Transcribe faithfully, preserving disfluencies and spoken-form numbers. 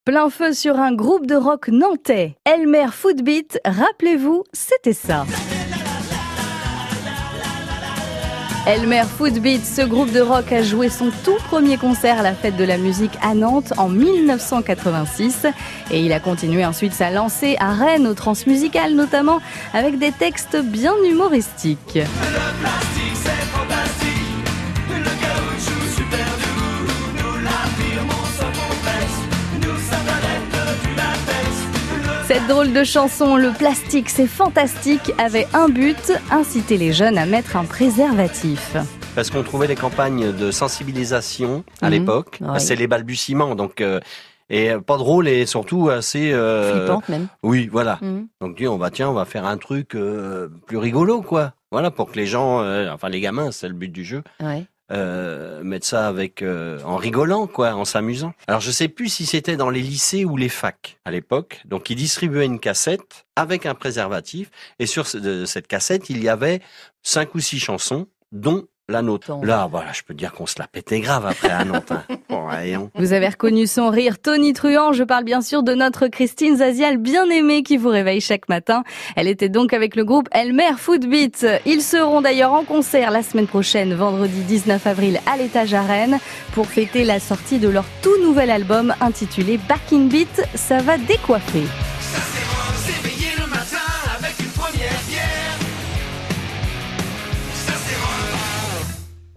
Plein feu sur un groupe de rock nantais. Elmer Footbeat, rappelez-vous, c'était ça. Elmer Footbeat, ce groupe de rock a joué son tout premier concert à la Fête de la musique à Nantes en mille neuf cent quatre-vingt-six et il a continué ensuite sa lancée à Rennes, au Transmusical notamment, avec des textes bien humoristiques. Le plastique c'est fantastique, le caoutchouc super doux, nous l'affirmons sans complexe, nous sommes adeptes du latex. Cette drôle de chanson, Le plastique c'est fantastique, avait un but, inciter les jeunes à mettre un préservatif. Parce qu'on trouvait les campagnes de sensibilisation à mmh, l'époque, oui. C'est les balbutiements, donc euh, et pas drôle et surtout assez euh, flippante même. Oui, voilà. Mmh. Donc on va tiens, on va faire un truc euh, plus rigolo, quoi. Voilà, pour que les gens, euh, enfin les gamins, c'est le but du jeu. Ouais. Euh, mettre ça avec euh, en rigolant, quoi, en s'amusant. Alors je sais plus si c'était dans les lycées ou les facs à l'époque. Donc ils distribuaient une cassette avec un préservatif et sur ce, de, cette cassette il y avait cinq ou six chansons, dont la nôtre. Là, voilà, je peux dire qu'on se la pétait grave après à Nantes. Hein. Bon, vous avez reconnu son rire tonitruant. Je parle bien sûr de notre Christine Zazial bien aimée qui vous réveille chaque matin. Elle était donc avec le groupe Elmer Footbeat. Ils seront d'ailleurs en concert la semaine prochaine, vendredi dix-neuf avril à l'Étage à Rennes, pour fêter la sortie de leur tout nouvel album intitulé Back in Beat. Ça va décoiffer.